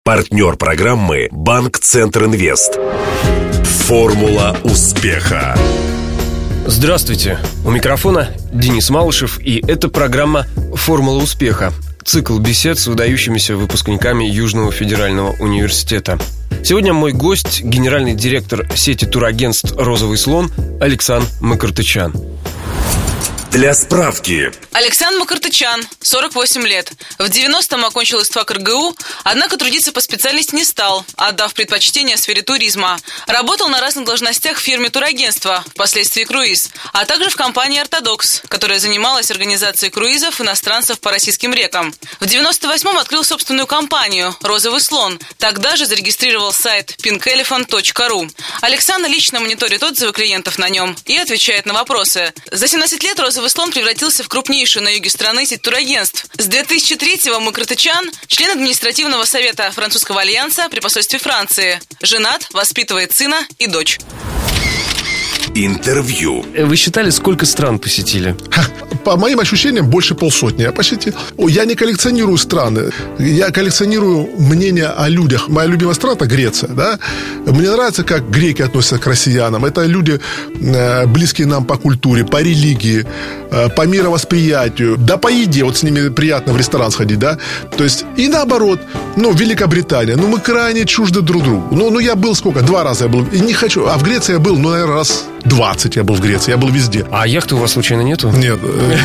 Партнер программы «Банк Центр Инвест». Формула успеха. Здравствуйте, у микрофона Денис Малышев, и это программа «Формула успеха». Цикл бесед с выдающимися выпускниками Южного федерального университета. Сегодня мой гость – генеральный директор сети турагентств «Розовый слон» Александр Макартычан. Для справки. Александр Макартычан, 48 лет. В 90-м окончил ИСТФАК РГУ, однако трудиться по специальности не стал, отдав предпочтение сфере туризма. Работал на разных должностях в фирме турагентства, впоследствии «Круиз», а также в компании «Ортодокс», которая занималась организацией круизов иностранцев по российским рекам. В 98-м открыл собственную компанию «Розовый слон». Тогда же зарегистрировал сайт pinkelephant.ru. Александр лично мониторит отзывы клиентов на нем и отвечает на вопросы. За 17 лет «Розовый слон» превратился в крупнейшую на юге страны сеть турагентств. С 2003-го Макартычан – член административного совета Французского альянса при посольстве Франции. Женат, воспитывает сына и дочь. Интервью. Вы считали, сколько стран посетили? По моим ощущениям, больше 50 я посетил. Я не коллекционирую страны, я коллекционирую мнение о людях. Моя любимая страна – это Греция, да? Мне нравится, как греки относятся к россиянам. Это люди, близкие нам по культуре, по религии, по мировосприятию, да по еде. Вот с ними приятно в ресторан сходить, да? То есть, и наоборот, Великобритания, мы крайне чужды друг другу. Я был сколько? 2 раза я был, и не хочу. А в Греции я был, наверное, раз 20 я был в Греции, я был везде. А яхты у вас случайно нету? Нет.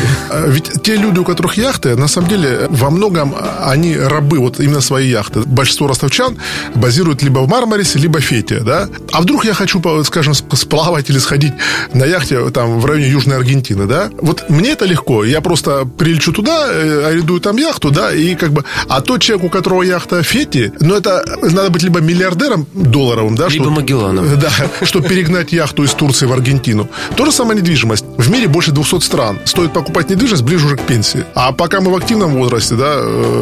Ведь те люди, у которых яхты, на самом деле, во многом они рабы вот именно своей яхты. Большинство ростовчан базируют либо в Мармарисе, либо в Фете, да? А вдруг я хочу, скажем, сплавать или сходить на яхте там в районе Южной Аргентины, да? Вот мне это легко. Я просто прилечу туда, арендую там яхту, да, и как бы... А тот человек, у которого яхта в Фете, это надо быть либо миллиардером долларовым, да? Либо Магелланом. Да, чтобы перегнать яхту из Турции в Аргентину. То же самое недвижимость. В мире больше 200 стран. Стоит покупать недвижимость ближе уже к пенсии. А пока мы в активном возрасте, да,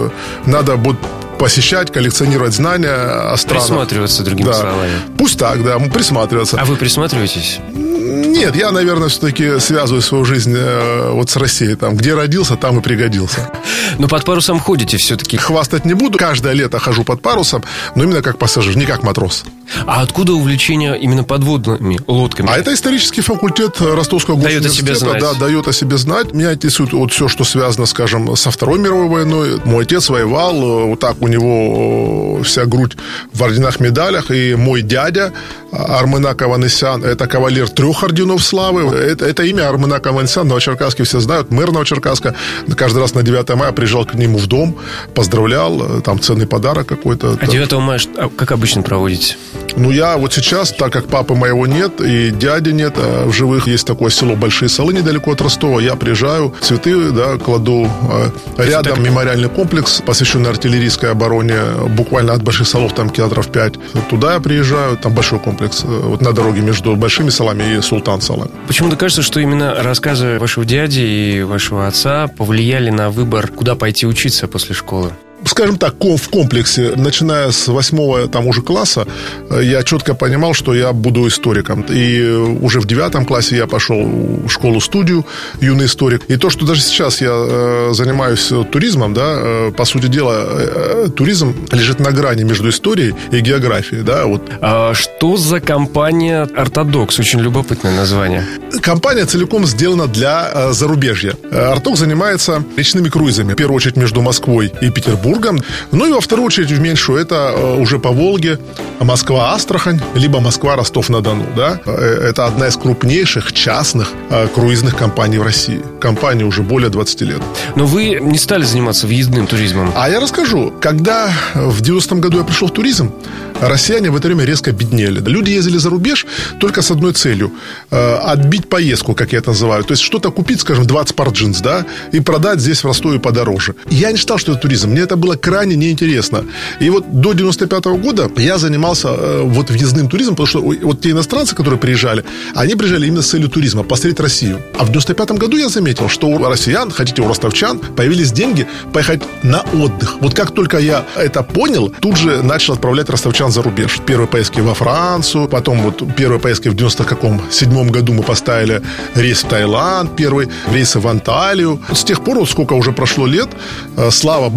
надо будет посещать, коллекционировать знания о странах. Присматриваться, другими словами. Пусть так, да, присматриваться. А вы присматриваетесь? Нет, я, наверное, все-таки связываю свою жизнь вот с Россией. Там, где родился, там и пригодился. Но под парусом ходите все-таки. Хвастать не буду. Каждое лето хожу под парусом, но именно как пассажир, не как матрос. А откуда увлечение именно подводными лодками? А это исторический факультет Ростовского госуниверситета. Дает о себе знать. Да, дает о себе знать. Меня интересует вот все, что связано, скажем, со Второй мировой войной. Мой отец воевал, вот так у него вся грудь в орденах, медалях. И мой дядя Арменак Аванесян, это кавалер 3 орденов славы. Это имя Арменак Аванесян, Новочеркасске все знают. Мэр Новочеркасска каждый раз на 9 мая приезжал к нему в дом, поздравлял, там ценный подарок какой-то. А 9 мая как обычно проводите? Я вот сейчас, так как папы моего нет и дяди нет, в живых есть такое село Большие Салы недалеко от Ростова, я приезжаю, цветы, да, кладу. Рядом мемориальный комплекс, посвященный артиллерийской обороне, буквально от Больших Салов, там километров 5. Туда я приезжаю, там большой комплекс, вот на дороге между Большими Салами и Султан-Салами. Почему-то кажется, что именно рассказы вашего дяди и вашего отца повлияли на выбор, куда пойти учиться после школы. Скажем так, в комплексе, начиная с 8 там уже класса, я четко понимал, что я буду историком. И уже в 9 классе я пошел в школу-студию «Юный историк». И то, что даже сейчас я занимаюсь туризмом, да, по сути дела, туризм лежит на грани между историей и географией, да, вот. А что за компания «Ортодокс»? Очень любопытное название. Компания целиком сделана для зарубежья. «Ортодокс» занимается речными круизами, в первую очередь между Москвой и Петербургом. И во вторую очередь в меньшую это уже по Волге Москва-Астрахань, либо Москва-Ростов-на-Дону, да? Это одна из крупнейших частных круизных компаний в России. Компания уже более 20 лет. Но вы не стали заниматься въездным туризмом. А я расскажу. Когда в 90-м году я пришел в туризм, россияне в это время резко беднели. Люди ездили за рубеж только с одной целью – отбить поездку, как я это называю. То есть что-то купить, скажем, 20 пар джинс, да, и продать здесь в Ростове подороже. Я не считал, что это туризм. Мне это было крайне неинтересно. И вот до 95-го года я занимался вот въездным туризмом, потому что вот те иностранцы, которые приезжали, они приезжали именно с целью туризма, посмотреть Россию. А в 95-м году я заметил, что у россиян, хотите, у ростовчан, появились деньги поехать на отдых. Вот как только я это понял, тут же начал отправлять ростовчан за рубеж. Первые поездки во Францию, потом вот первые поездки в 97-м году мы поставили рейс в Таиланд, первый рейс в Анталию. С тех пор, вот сколько уже прошло лет, слава богу,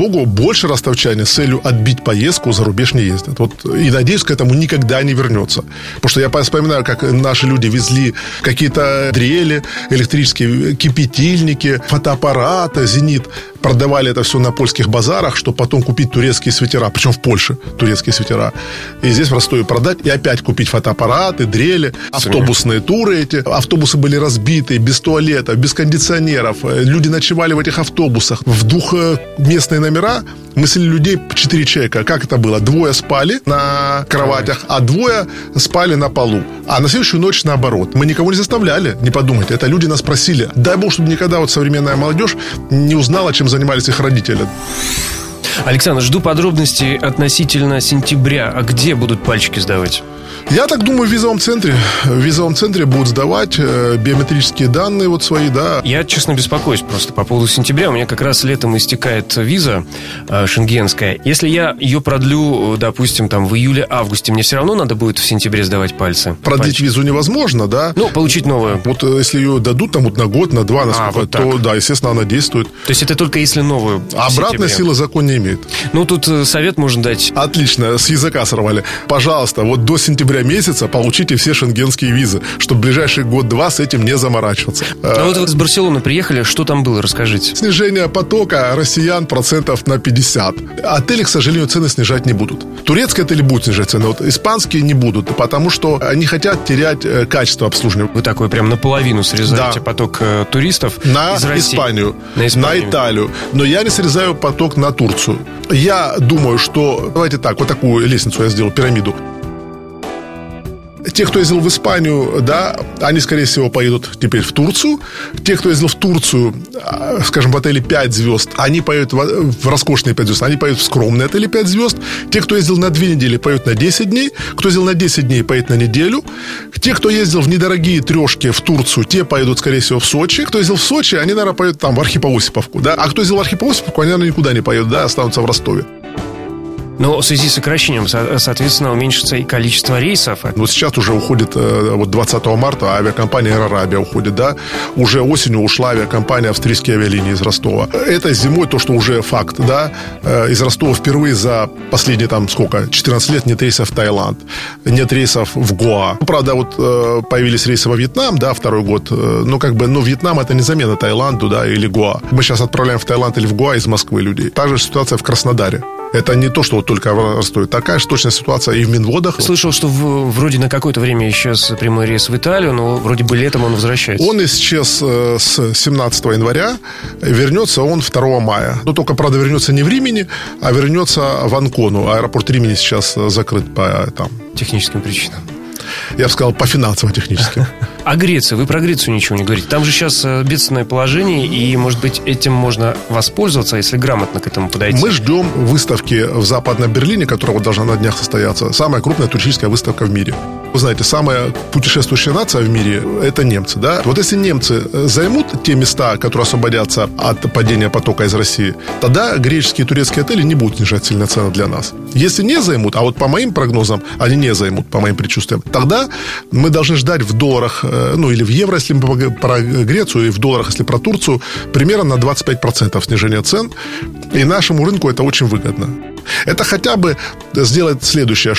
больше ростовчане с целью отбить поездку за рубеж не ездят. Вот, и, надеюсь, к этому никогда не вернется. Потому что я вспоминаю, как наши люди везли какие-то дрели, электрические кипятильники, фотоаппараты, «Зенит». Продавали это все на польских базарах, чтобы потом купить турецкие свитера. Причем в Польше турецкие свитера. И здесь в Ростове продать и опять купить фотоаппараты, дрели, автобусные туры эти. Автобусы были разбиты, без туалетов, без кондиционеров. Люди ночевали в этих автобусах. В двухместные номера мы селили людей по 4 человека. Как это было? 2 спали на кроватях, а 2 спали на полу. А на следующую ночь наоборот. Мы никого не заставляли, не подумайте. Это люди нас просили. Дай бог, чтобы никогда вот современная молодежь не узнала, чем занимались их родители. Александр, жду подробностей относительно сентября. А где будут пальчики сдавать? Я так думаю, в визовом центре. В визовом центре будут сдавать биометрические данные вот свои, да. Я, честно, беспокоюсь просто по поводу сентября. У меня как раз летом истекает виза шенгенская. Если я ее продлю, допустим, там в июле-августе, мне все равно надо будет в сентябре сдавать пальцы? Продлить визу невозможно, да. Ну, получить новую. Вот если ее дадут там вот на год, на 2, на сколько, вот то, да, естественно, она действует. То есть это только если новую? Обратная сила закон не имеет. Ну, тут совет можно дать. Отлично, с языка сорвали. Пожалуйста, вот до сентября месяца получите все шенгенские визы, чтобы в ближайший год-два с этим не заморачиваться. А вот вы из Барселоны приехали, что там было, расскажите. Снижение потока россиян процентов на 50. Отели, к сожалению, цены снижать не будут. Турецкие отели будут снижать цены, вот испанские не будут, потому что они хотят терять качество обслуживания. Вы такой прям наполовину срезаете поток туристов на из России. Испанию, на Италию. Но я не срезаю поток на Турцию. Я думаю, что... Давайте так, вот такую лестницу я сделал, пирамиду. Те, кто ездил в Испанию, да, они, скорее всего, поедут теперь в Турцию. Те, кто ездил в Турцию, скажем, в отеле 5 звезд, они поедут в роскошные 5 звезд, они поедут в скромные отели 5 звезд. Те, кто ездил на 2 недели, поедут на 10 дней. Кто ездил на 10 дней, поедет на неделю. Те, кто ездил в недорогие трешки в Турцию, те поедут, скорее всего, в Сочи. Кто ездил в Сочи, они, наверное, поедут там в Архипо-Осиповку, да. А кто ездил в Архипо-Осиповку, они, наверное, никуда не поедут, да, останутся в Ростове. Но в связи с сокращением, соответственно, уменьшится и количество рейсов. Вот сейчас уже уходит, вот 20 марта авиакомпания Air Arabia уходит, да. Уже осенью ушла авиакомпания австрийские авиалинии из Ростова. Это зимой то, что уже факт, да. Из Ростова впервые за последние, там, сколько, 14 лет нет рейсов в Таиланд, нет рейсов в Гоа. Правда, вот появились рейсы во Вьетнам, да, второй год. Но Вьетнам это не замена Таиланду, да, или Гоа. Мы сейчас отправляем в Таиланд или в Гоа из Москвы людей. Та же ситуация в Краснодаре. Это не то, что вот только в Ростове. Такая же точная ситуация и в Минводах. Слышал, что вроде на какое-то время исчез прямой рейс в Италию, но вроде бы летом он возвращается. Он исчез с 17 января, вернется он 2 мая. Но только, правда, вернется не в Римени, а вернется в Анкону. Аэропорт Римени сейчас закрыт по техническим причинам. Я бы сказал, по финансово-техническим. А Греция? Вы про Грецию ничего не говорите. Там же сейчас бедственное положение, и, может быть, этим можно воспользоваться, если грамотно к этому подойти. Мы ждем выставки в Западном Берлине, которая вот должна на днях состояться. Самая крупная туристическая выставка в мире. Вы знаете, самая путешествующая нация в мире – это немцы, да? Вот если немцы займут те места, которые освободятся от падения потока из России, тогда греческие и турецкие отели не будут снижать сильно цены для нас. Если не займут, а вот по моим прогнозам, они не займут, по моим предчувствиям, тогда мы должны ждать в долларах, или в евро, если мы про Грецию, и в долларах, если про Турцию, примерно на 25% снижения цен. И нашему рынку это очень выгодно. Это хотя бы сделает следующее,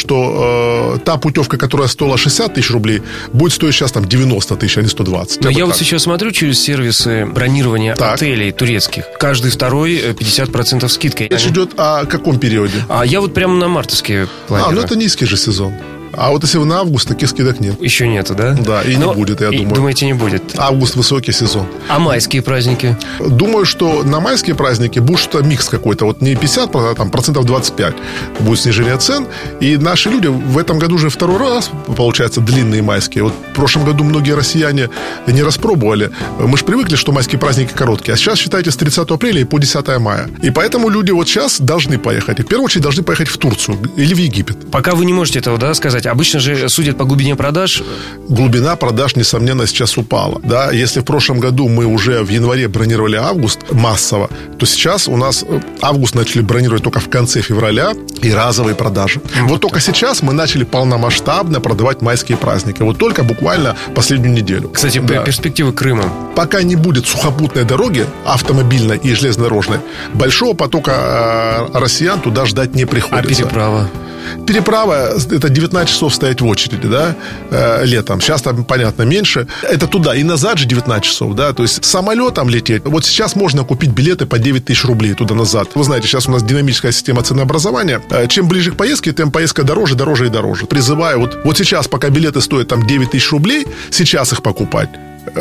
что та путевка, которая стоила 60 тысяч рублей, будет стоить сейчас там 90 тысяч, а не 120. Но я вот сейчас смотрю через сервисы бронирования отелей турецких. Каждый второй 50% скидкой. Речь идет о каком периоде? Я вот прямо на мартовские планирую. Это низкий же сезон. А вот если вы на август, таких скидок нет. Еще нету, да? Да, и не будет, я думаю. Думаете, не будет? Август высокий сезон. А майские праздники? Думаю, что на майские праздники будет что-то микс какой-то. Вот не 50%, а там процентов 25 будет снижение цен. И наши люди в этом году уже второй раз, получается, длинные майские. Вот в прошлом году многие россияне не распробовали. Мы же привыкли, что майские праздники короткие. А сейчас, считайте, с 30 апреля и по 10 мая. И поэтому люди вот сейчас должны поехать. И в первую очередь должны поехать в Турцию или в Египет. Пока вы не можете этого, да, сказать? сказать? Обычно же судят по глубине продаж. Глубина продаж, несомненно, сейчас упала. Да? Если в прошлом году мы уже в январе бронировали август массово, то сейчас у нас август начали бронировать только в конце февраля и разовые продажи. Вот только сейчас мы начали полномасштабно продавать майские праздники. Вот только буквально последнюю неделю. Кстати, перспективы Крыма. Пока не будет сухопутной дороги, автомобильной и железнодорожной, большого потока россиян туда ждать не приходится. А переправа? Переправа, это 19 часов стоять в очереди, да, летом. Сейчас там, понятно, меньше. Это туда и назад же 19 часов, да, то есть самолетом лететь. Вот сейчас можно купить билеты по 9 тысяч рублей туда-назад. Вы знаете, сейчас у нас динамическая система ценообразования. Чем ближе к поездке, тем поездка дороже и дороже. Призываю, вот сейчас, пока билеты стоят там 9 тысяч рублей, сейчас их покупать.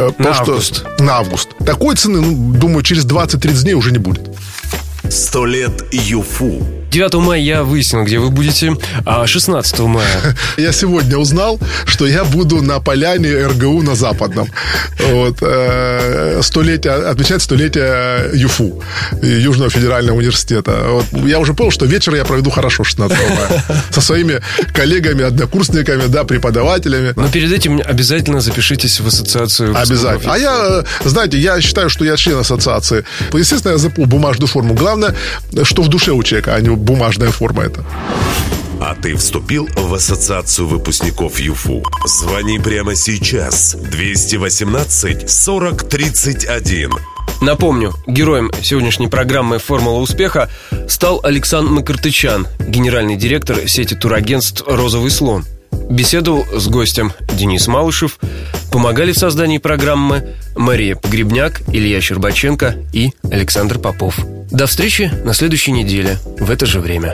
На август. Такой цены, думаю, через 20-30 дней уже не будет. 100 лет ЮФУ. 9 мая я выяснил, где вы будете, а 16 мая... Я сегодня узнал, что я буду на поляне РГУ на Западном. Вот, отмечать 100-летие ЮФУ, Южного федерального университета. Вот, я уже понял, что вечер я проведу хорошо 16 мая. Со своими коллегами, однокурсниками, да, преподавателями. Но перед этим обязательно запишитесь в ассоциацию. Обязательно. А я, знаете, я считаю, что я член ассоциации. Естественно, я запомнил бумажную форму. Главное, что в душе у человека, а не бумажная форма это. А ты вступил в ассоциацию выпускников ЮФУ? Звони прямо сейчас. 218 40 31. Напомню, героем сегодняшней программы «Формула успеха» стал Александр Макартычан, генеральный директор сети турагентств «Розовый слон». Беседовал с гостем Денис Малышев. Помогали в создании программы Мария Погребняк, Илья Щербаченко и Александр Попов. До встречи на следующей неделе в это же время.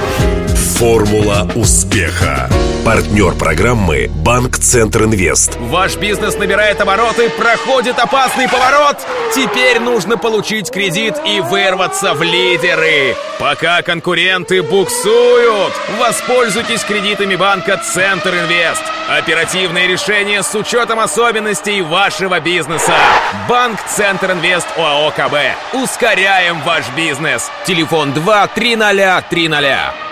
Формула успеха. Партнер программы «Банк Центр Инвест». Ваш бизнес набирает обороты, проходит опасный поворот. Теперь нужно получить кредит и вырваться в лидеры. Пока конкуренты буксуют, воспользуйтесь кредитами банка Центр Инвест. Оперативные решения с учетом особенностей вашего бизнеса. Банк Центр Инвест ОАО КБ. Ускоряем ваш бизнес. Телефон 2 300 300.